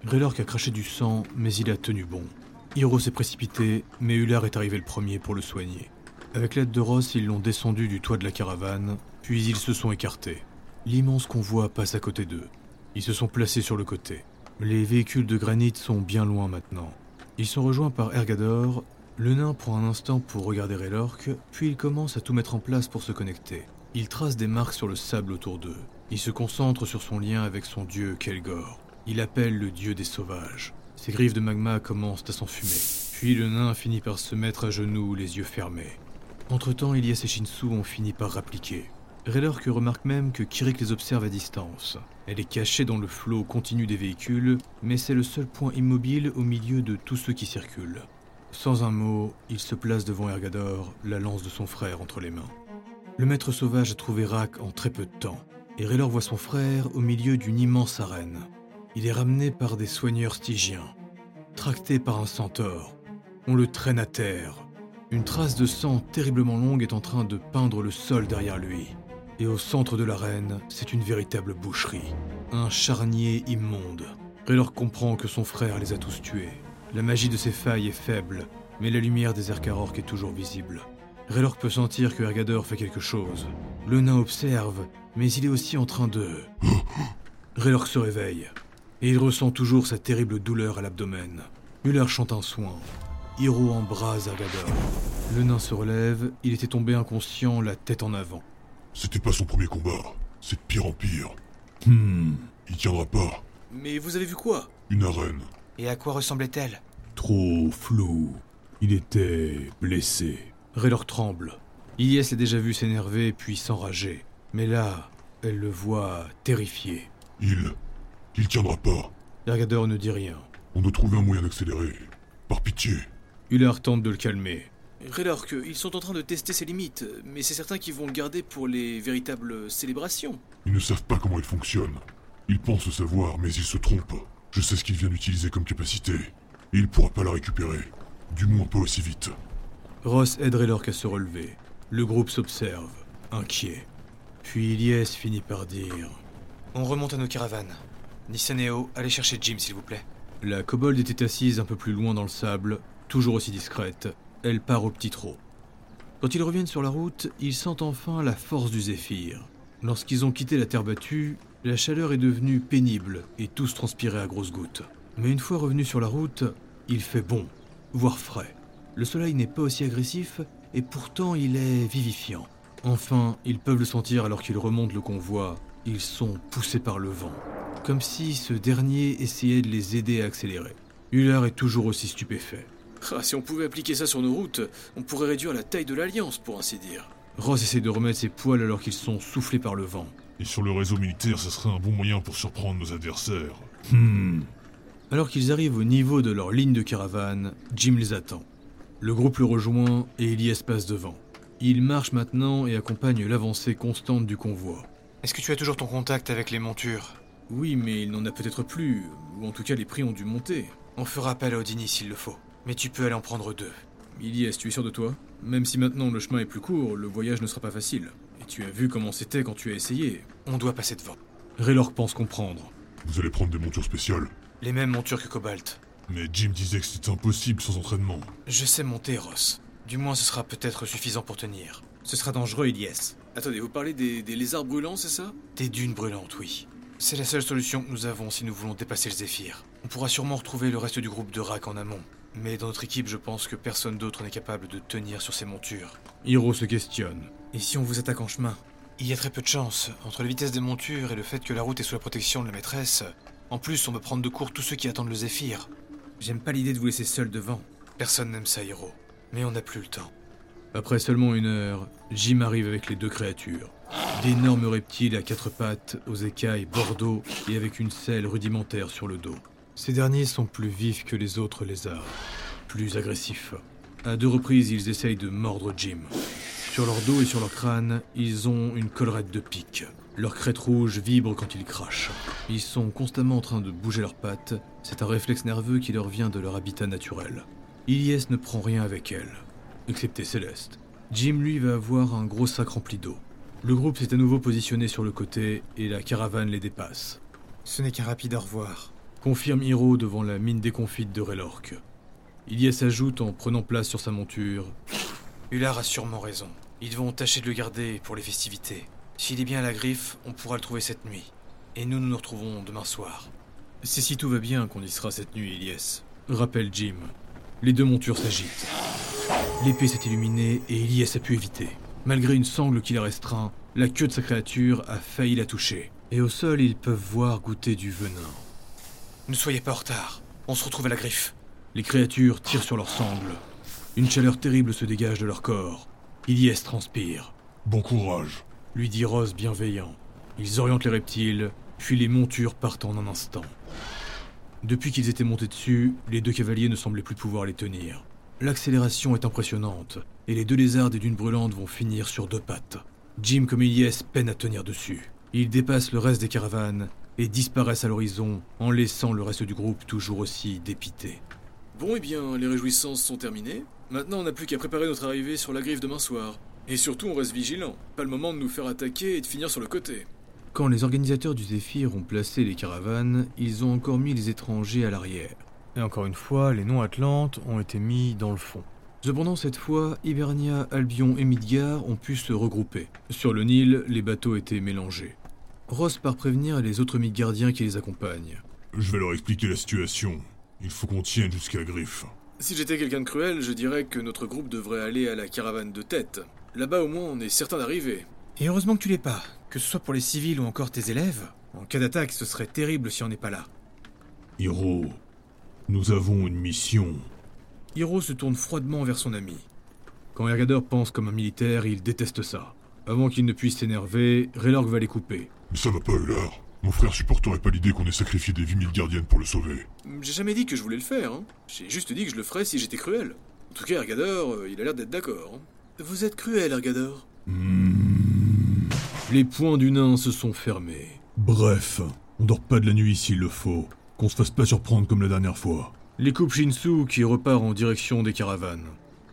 Raylork a craché du sang, mais il a tenu bon. Hiro s'est précipité, mais Ullard est arrivé le premier pour le soigner. Avec l'aide de Ross, ils l'ont descendu du toit de la caravane, puis ils se sont écartés. L'immense convoi passe à côté d'eux. Ils se sont placés sur le côté. Les véhicules de granit sont bien loin maintenant. Ils sont rejoints par Ergador. Le nain prend un instant pour regarder Raylork, puis il commence à tout mettre en place pour se connecter. Il trace des marques sur le sable autour d'eux. Il se concentre sur son lien avec son dieu Kelgor. Il appelle le dieu des sauvages. Ses griffes de magma commencent à s'enfumer. Puis le nain finit par se mettre à genoux, les yeux fermés. Entre-temps, Ilyes et Shinsu ont fini par rappliquer. Raylork remarque même que Kirik les observe à distance. Elle est cachée dans le flot continu des véhicules, mais c'est le seul point immobile au milieu de tous ceux qui circulent. Sans un mot, il se place devant Ergador, la lance de son frère entre les mains. Le maître sauvage a trouvé Rak en très peu de temps, et Raylork voit son frère au milieu d'une immense arène. Il est ramené par des soigneurs stygiens. Tracté par un centaure, on le traîne à terre. Une trace de sang terriblement longue est en train de peindre le sol derrière lui. Et au centre de l'arène, c'est une véritable boucherie. Un charnier immonde. Raylork comprend que son frère les a tous tués. La magie de ses failles est faible, mais la lumière des Erkarork est toujours visible. Raylork peut sentir que Ergador fait quelque chose. Le nain observe, mais il est aussi en train de... Raylork se réveille, et il ressent toujours sa terrible douleur à l'abdomen. Ullard chante un soin. Hiro embrase Ergador. Le nain se relève, il était tombé inconscient, la tête en avant. C'était pas son premier combat, c'est de pire en pire. Il tiendra pas. Mais vous avez vu quoi? Une arène. Et à quoi ressemblait-elle? Trop flou. Il était blessé. Raylork tremble. Ilyes l'a déjà vu s'énerver puis s'enrager. Mais là, elle le voit terrifié. Il tiendra pas. Ergador ne dit rien. On doit trouver un moyen d'accélérer. Par pitié. Ullard tente de le calmer. Raylork, ils sont en train de tester ses limites, mais c'est certain qu'ils vont le garder pour les véritables célébrations. Ils ne savent pas comment il fonctionne. Ils pensent savoir, mais ils se trompent. Je sais ce qu'il vient d'utiliser comme capacité, et il pourra pas la récupérer. Du moins pas aussi vite. Ross aide Raylork à se relever. Le groupe s'observe, inquiet. Puis Ilyes finit par dire... On remonte à nos caravanes. Nissaneo, allez chercher Jim, s'il vous plaît. La kobold était assise un peu plus loin dans le sable, toujours aussi discrète. Elle part au petit trot. Quand ils reviennent sur la route, ils sentent enfin la force du zéphyr. Lorsqu'ils ont quitté la terre battue, la chaleur est devenue pénible et tous transpiraient à grosses gouttes. Mais une fois revenus sur la route, il fait bon, voire frais. Le soleil n'est pas aussi agressif et pourtant il est vivifiant. Enfin, ils peuvent le sentir alors qu'ils remontent le convoi. Ils sont poussés par le vent, comme si ce dernier essayait de les aider à accélérer. Ullard est toujours aussi stupéfait. Ah, si on pouvait appliquer ça sur nos routes, on pourrait réduire la taille de l'Alliance, pour ainsi dire. Ross essaie de remettre ses poils alors qu'ils sont soufflés par le vent. Et sur le réseau militaire, ça serait un bon moyen pour surprendre nos adversaires. Alors qu'ils arrivent au niveau de leur ligne de caravane, Jim les attend. Le groupe le rejoint et Ilyes passe devant. Il marche maintenant et accompagne l'avancée constante du convoi. Est-ce que tu as toujours ton contact avec les montures? Oui, mais il n'en a peut-être plus, ou en tout cas les prix ont dû monter. On fera appel à Odini s'il le faut, mais tu peux aller en prendre 2. Ilyes, tu es sûr de toi? Même si maintenant le chemin est plus court, le voyage ne sera pas facile. Et tu as vu comment c'était quand tu as essayé. On doit passer devant. Raylork pense comprendre. Vous allez prendre des montures spéciales. Les mêmes montures que Cobalt. Mais Jim disait que c'était impossible sans entraînement. Je sais monter, Ross. Du moins, ce sera peut-être suffisant pour tenir. Ce sera dangereux, Ilyes. Attendez, vous parlez des lézards brûlants, c'est ça? Des dunes brûlantes, oui. C'est la seule solution que nous avons si nous voulons dépasser le Zéphyr. On pourra sûrement retrouver le reste du groupe de Rak en amont. Mais dans notre équipe, je pense que personne d'autre n'est capable de tenir sur ces montures. Hiro se questionne. Et si on vous attaque en chemin? Il y a très peu de chance. Entre la vitesse des montures et le fait que la route est sous la protection de la maîtresse, en plus, on va prendre de court tous ceux qui attendent le Zéphyr. J'aime pas l'idée de vous laisser seul devant. Personne n'aime ça, Hiro. Mais on n'a plus le temps. Après seulement 1 heure, Jim arrive avec les 2 créatures. D'énormes reptiles à 4 pattes, aux écailles bordeaux et avec une selle rudimentaire sur le dos. Ces derniers sont plus vifs que les autres lézards, plus agressifs. À 2 reprises, ils essayent de mordre Jim. Sur leur dos et sur leur crâne, ils ont une collerette de pique. Leurs crêtes rouges vibrent quand ils crachent. Ils sont constamment en train de bouger leurs pattes. C'est un réflexe nerveux qui leur vient de leur habitat naturel. Ilyes ne prend rien avec elle, excepté Céleste. Jim, lui, va avoir un gros sac rempli d'eau. Le groupe s'est à nouveau positionné sur le côté et la caravane les dépasse. Ce n'est qu'un rapide au revoir. confirme Hiro devant la mine déconfite de Raylork. Ilyes ajoute en prenant place sur sa monture. Ullard a sûrement raison. Ils vont tâcher de le garder pour les festivités. S'il est bien à la griffe, on pourra le trouver cette nuit. Et nous nous retrouvons demain soir. C'est si tout va bien qu'on y sera cette nuit, Ilyes, rappelle Jim. Les deux montures s'agitent. L'épée s'est illuminée et Ilyes a pu éviter. Malgré une sangle qui la restreint, la queue de sa créature a failli la toucher. Et au sol, ils peuvent voir goûter du venin. Ne soyez pas en retard. On se retrouve à la griffe. Les créatures tirent sur leurs sangles. Une chaleur terrible se dégage de leur corps. Ilyes transpire. Bon courage. Lui dit Ross bienveillant. Ils orientent les reptiles, puis les montures partent en un instant. Depuis qu'ils étaient montés dessus, les deux cavaliers ne semblaient plus pouvoir les tenir. L'accélération est impressionnante, et les deux lézards des dunes brûlantes vont finir sur deux pattes. Jim comme Ilyes peinent à tenir dessus. Ils dépassent le reste des caravanes et disparaissent à l'horizon en laissant le reste du groupe toujours aussi dépité. Bon, eh bien, les réjouissances sont terminées. Maintenant, on n'a plus qu'à préparer notre arrivée sur la griffe demain soir. Et surtout, on reste vigilant. Pas le moment de nous faire attaquer et de finir sur le côté. Quand les organisateurs du Zéphyr ont placé les caravanes, ils ont encore mis les étrangers à l'arrière. Et encore une fois, les non-atlantes ont été mis dans le fond. Cependant, cette fois, Hibernia, Albion et Midgard ont pu se regrouper. Sur le Nil, les bateaux étaient mélangés. Ross part prévenir les autres Midgardiens qui les accompagnent. Je vais leur expliquer la situation. Il faut qu'on tienne jusqu'à la griffe. Si j'étais quelqu'un de cruel, je dirais que notre groupe devrait aller à la caravane de tête. Là-bas, au moins, on est certain d'arriver. Et heureusement que tu l'es pas. Que ce soit pour les civils ou encore tes élèves, en cas d'attaque, ce serait terrible si on n'est pas là. Hiro, nous avons une mission. Hiro se tourne froidement vers son ami. Quand Ergador pense comme un militaire, il déteste ça. Avant qu'il ne puisse s'énerver, Raylork va les couper. Mais ça va pas, Ullard. Mon frère supporterait pas l'idée qu'on ait sacrifié des vies Midgardiennes pour le sauver. J'ai jamais dit que je voulais le faire, hein. J'ai juste dit que je le ferais si j'étais cruel. En tout cas, Ergador, il a l'air d'être d'accord. Hein. Vous êtes cruel, Ergador. Les poings du nain se sont fermés. Bref, on dort pas de la nuit s'il le faut. Qu'on se fasse pas surprendre comme la dernière fois. Les coupes Shinsu qui repart en direction des caravanes.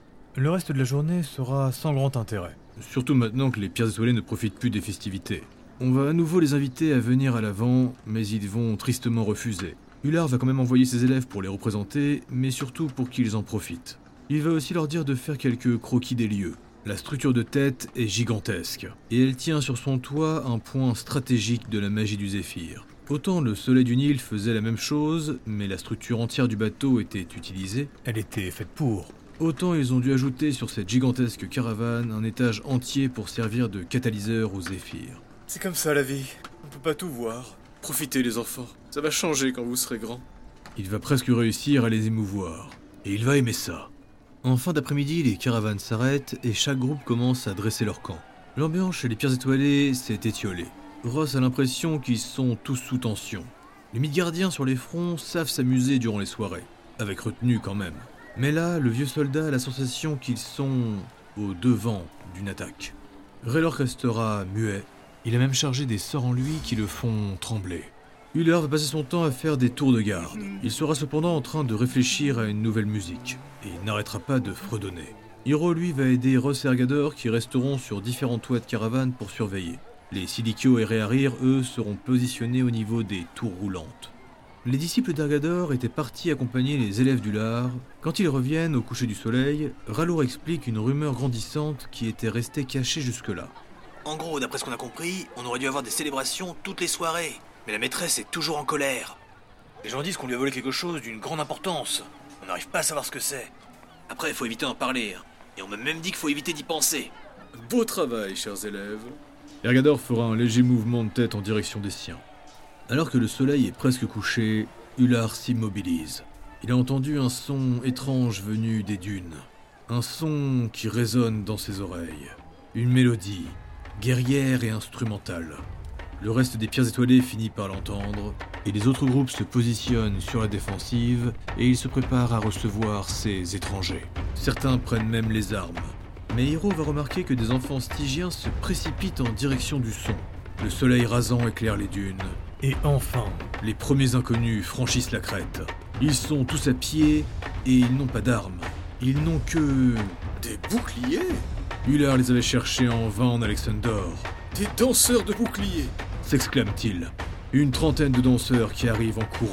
Le reste de la journée sera sans grand intérêt. Surtout maintenant que les pierres étoilées ne profitent plus des festivités. On va à nouveau les inviter à venir à l'avant, mais ils vont tristement refuser. Ullard va quand même envoyer ses élèves pour les représenter, mais surtout pour qu'ils en profitent. Il va aussi leur dire de faire quelques croquis des lieux. La structure de tête est gigantesque, et elle tient sur son toit un point stratégique de la magie du Zéphyr. Autant le soleil du Nil faisait la même chose, mais la structure entière du bateau était utilisée, elle était faite pour. Autant ils ont dû ajouter sur cette gigantesque caravane un étage entier pour servir de catalyseur au Zéphyr. C'est comme ça la vie, on peut pas tout voir. Profitez les enfants, ça va changer quand vous serez grands. Il va presque réussir à les émouvoir, et il va aimer ça. En fin d'après-midi, les caravanes s'arrêtent et chaque groupe commence à dresser leur camp. L'ambiance chez les pierres étoilées s'est étiolée. Ross a l'impression qu'ils sont tous sous tension. Les Midgardiens sur les fronts savent s'amuser durant les soirées, avec retenue quand même. Mais là, le vieux soldat a la sensation qu'ils sont au devant d'une attaque. Raylork restera muet. Il a même chargé des sorts en lui qui le font trembler. Ullard va passer son temps à faire des tours de garde. Il sera cependant en train de réfléchir à une nouvelle musique, et il n'arrêtera pas de fredonner. Hiro, lui, va aider Ross et Ergador qui resteront sur différents toits de caravane pour surveiller. Les Silikyo et Réharir, eux, seront positionnés au niveau des tours roulantes. Les disciples d'Ergador étaient partis accompagner les élèves d'Ullard. Quand ils reviennent au coucher du soleil, Ralour explique une rumeur grandissante qui était restée cachée jusque-là. En gros, d'après ce qu'on a compris, on aurait dû avoir des célébrations toutes les soirées. Mais la maîtresse est toujours en colère. Les gens disent qu'on lui a volé quelque chose d'une grande importance. On n'arrive pas à savoir ce que c'est. Après, il faut éviter d'en parler. Et on m'a même dit qu'il faut éviter d'y penser. Beau travail, chers élèves. Ergador fera un léger mouvement de tête en direction des siens. Alors que le soleil est presque couché, Ullard s'immobilise. Il a entendu un son étrange venu des dunes. Un son qui résonne dans ses oreilles. Une mélodie, guerrière et instrumentale. Le reste des pierres étoilées finit par l'entendre, et les autres groupes se positionnent sur la défensive, et ils se préparent à recevoir ces étrangers. Certains prennent même les armes. Mais Hiro va remarquer que des enfants stygiens se précipitent en direction du son. Le soleil rasant éclaire les dunes. Et enfin, les premiers inconnus franchissent la crête. Ils sont tous à pied, et ils n'ont pas d'armes. Ils n'ont que... Des boucliers ? Ullard les avait cherchés en vain en Alexandor. Des danseurs de boucliers ! S'exclame-t-il. Une trentaine de danseurs qui arrivent en courant.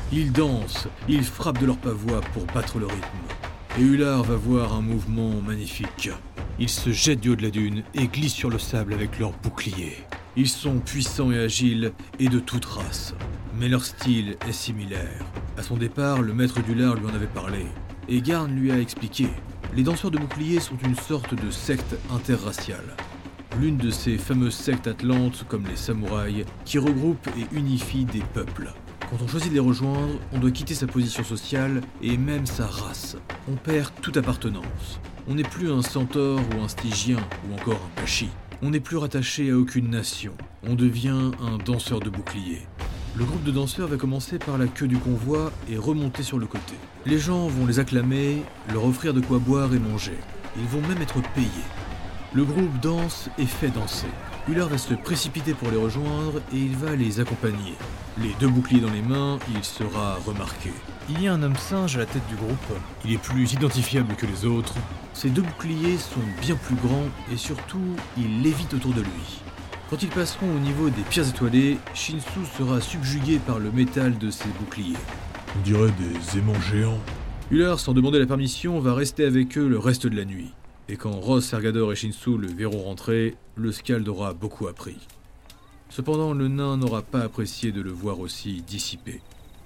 Ils dansent, ils frappent de leurs pavois pour battre le rythme. Et Ular va voir un mouvement magnifique. Ils se jettent du haut de la dune et glissent sur le sable avec leurs boucliers. Ils sont puissants et agiles et de toute race. Mais leur style est similaire. À son départ, le maître d'Ular lui en avait parlé. Et Garn lui a expliqué. Les danseurs de boucliers sont une sorte de secte interraciale. L'une de ces fameuses sectes atlantes, comme les samouraïs, qui regroupent et unifient des peuples. Quand on choisit de les rejoindre, on doit quitter sa position sociale et même sa race. On perd toute appartenance. On n'est plus un centaure ou un stygien ou encore un pachi. On n'est plus rattaché à aucune nation. On devient un danseur de bouclier. Le groupe de danseurs va commencer par la queue du convoi et remonter sur le côté. Les gens vont les acclamer, leur offrir de quoi boire et manger. Ils vont même être payés. Le groupe danse et fait danser. Ular va se précipiter pour les rejoindre et il va les accompagner. Les deux boucliers dans les mains, il sera remarqué. Il y a un homme singe à la tête du groupe. Il est plus identifiable que les autres. Ces deux boucliers sont bien plus grands et surtout, ils lévitent autour de lui. Quand ils passeront au niveau des pierres étoilées, Shinsu sera subjugué par le métal de ses boucliers. On dirait des aimants géants. Ular, sans demander la permission, va rester avec eux le reste de la nuit. Et quand Ross, Ergador et Shinsu le verront rentrer, le Skald aura beaucoup appris. Cependant, le nain n'aura pas apprécié de le voir aussi dissipé.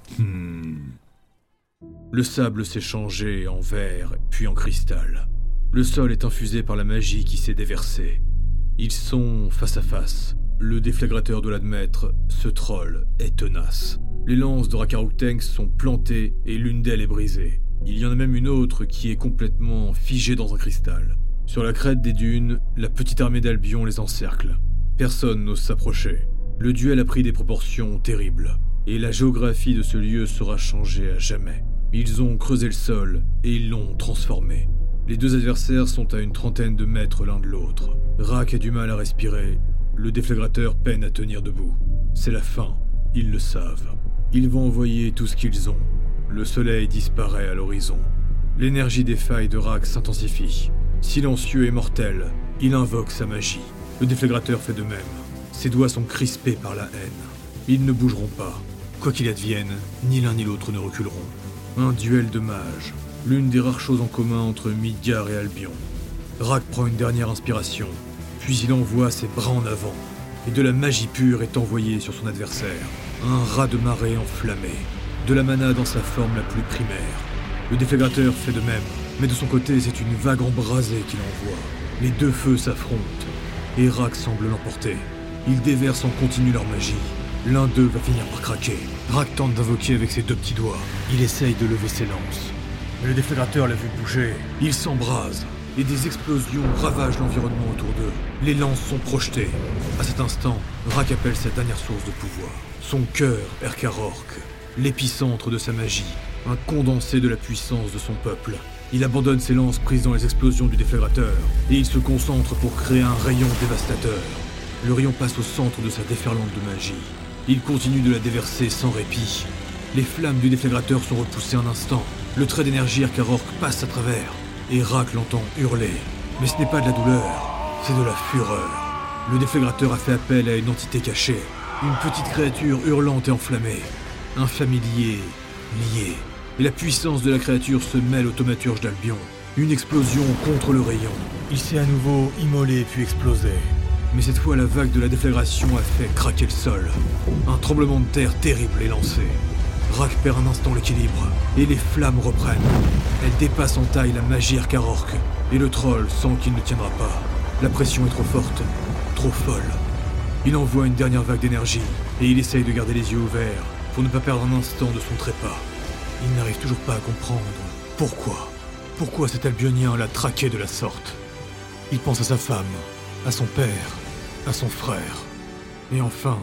Le sable s'est changé en verre, puis en cristal. Le sol est infusé par la magie qui s'est déversée. Ils sont face à face. Le déflagrateur doit l'admettre, ce troll est tenace. Les lances de Rakaruktengs sont plantées et l'une d'elles est brisée. Il y en a même une autre qui est complètement figée dans un cristal. Sur la crête des dunes, la petite armée d'Albion les encercle. Personne n'ose s'approcher. Le duel a pris des proportions terribles. Et la géographie de ce lieu sera changée à jamais. Ils ont creusé le sol et ils l'ont transformé. Les deux adversaires sont à une trentaine de mètres l'un de l'autre. Rak a du mal à respirer. Le déflagrateur peine à tenir debout. C'est la fin, ils le savent. Ils vont envoyer tout ce qu'ils ont. Le soleil disparaît à l'horizon. L'énergie des failles de Rak s'intensifie. Silencieux et mortel, il invoque sa magie. Le déflagrateur fait de même. Ses doigts sont crispés par la haine. Ils ne bougeront pas. Quoi qu'il advienne, ni l'un ni l'autre ne reculeront. Un duel de mages. L'une des rares choses en commun entre Midgard et Albion. Rak prend une dernière inspiration, puis il envoie ses bras en avant, et de la magie pure est envoyée sur son adversaire. Un raz de marée enflammé, de la mana dans sa forme la plus primaire. Le déflagrateur fait de même, mais de son côté c'est une vague embrasée qu'il envoie. Les deux feux s'affrontent, et Rak semble l'emporter. Ils déversent en continu leur magie. L'un d'eux va finir par craquer. Rak tente d'invoquer avec ses deux petits doigts. Il essaye de lever ses lances. Mais le déflagrateur l'a vu bouger. Il s'embrase, et des explosions ravagent l'environnement autour d'eux. Les lances sont projetées. À cet instant, Rak appelle sa dernière source de pouvoir. Son cœur, Erkarork, l'épicentre de sa magie, un condensé de la puissance de son peuple. Il abandonne ses lances prises dans les explosions du déflagrateur, et il se concentre pour créer un rayon dévastateur. Le rayon passe au centre de sa déferlante de magie. Il continue de la déverser sans répit. Les flammes du déflagrateur sont repoussées un instant. Le trait d'énergie Erkarork passe à travers, et Rak l'entend hurler. Mais ce n'est pas de la douleur, c'est de la fureur. Le déflagrateur a fait appel à une entité cachée, une petite créature hurlante et enflammée. Un familier lié. Et la puissance de la créature se mêle au thaumaturge d'Albion. Une explosion contre le rayon. Il s'est à nouveau immolé puis explosé. Mais cette fois, la vague de la déflagration a fait craquer le sol. Un tremblement de terre terrible est lancé. Rak perd un instant l'équilibre, et les flammes reprennent. Elles dépassent en taille la magie Erkarork, et le troll sent qu'il ne tiendra pas. La pression est trop forte, trop folle. Il envoie une dernière vague d'énergie, et il essaye de garder les yeux ouverts, pour ne pas perdre un instant de son trépas. Il n'arrive toujours pas à comprendre pourquoi. Pourquoi cet Albionien l'a traqué de la sorte. Il pense à sa femme, à son père, à son frère. Et enfin,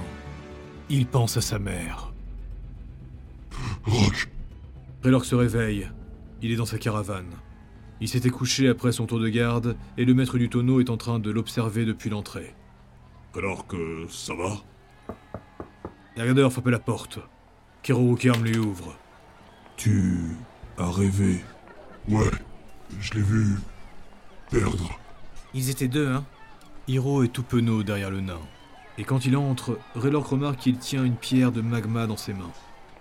il pense à sa mère. Rak! Raylork se réveille. Il est dans sa caravane. Il s'était couché après son tour de garde et le maître du tonneau est en train de l'observer depuis l'entrée. Alors que ça va? Ergador frappe à la porte. Keroukerm lui ouvre. Tu as rêvé? Ouais, je l'ai vu perdre. Ils étaient deux, hein? Hiro est tout penaud derrière le nain. Et quand il entre, Raylork remarque qu'il tient une pierre de magma dans ses mains.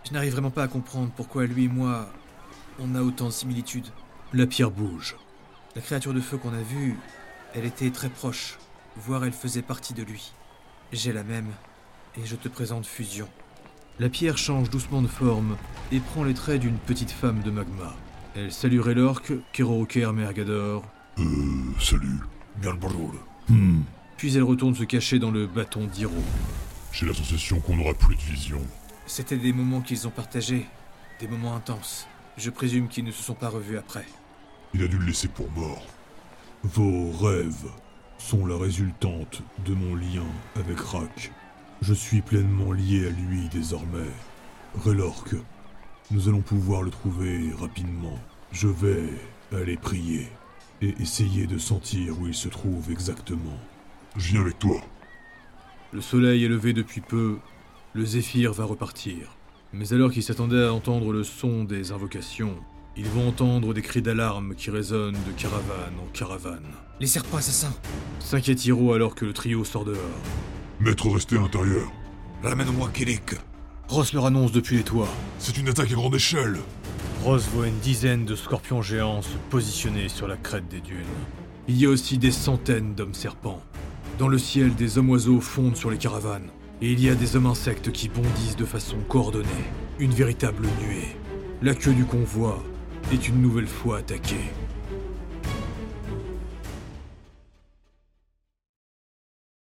Je n'arrive vraiment pas à comprendre pourquoi lui et moi, on a autant de similitudes. La pierre bouge. La créature de feu qu'on a vue, elle était très proche, voire elle faisait partie de lui. J'ai la même, et je te présente Fusion. La pierre change doucement de forme et prend les traits d'une petite femme de magma. Elle salue Raylork, Keroroker Mergador. Salut. Bien le bonjour. Puis elle retourne se cacher dans le bâton d'Hiro. J'ai la sensation qu'on n'aura plus de vision. C'était des moments qu'ils ont partagés, des moments intenses. Je présume qu'ils ne se sont pas revus après. Il a dû le laisser pour mort. Vos rêves sont la résultante de mon lien avec Rak. Je suis pleinement lié à lui désormais. Raylork, nous allons pouvoir le trouver rapidement. Je vais aller prier et essayer de sentir où il se trouve exactement. Je viens avec toi. Le soleil est levé depuis peu, le Zéphyr va repartir. Mais alors qu'ils s'attendaient à entendre le son des invocations, ils vont entendre des cris d'alarme qui résonnent de caravane en caravane. Les serpents assassins! S'inquiète Hiro alors que le trio sort dehors. Maître, restez à l'intérieur. Ramène-moi Kilik. Ross leur annonce depuis les toits. C'est une attaque à grande échelle. Ross voit une dizaine de scorpions géants se positionner sur la crête des dunes. Il y a aussi des centaines d'hommes serpents. Dans le ciel, des hommes-oiseaux fondent sur les caravanes. Et il y a des hommes-insectes qui bondissent de façon coordonnée. Une véritable nuée. La queue du convoi est une nouvelle fois attaquée.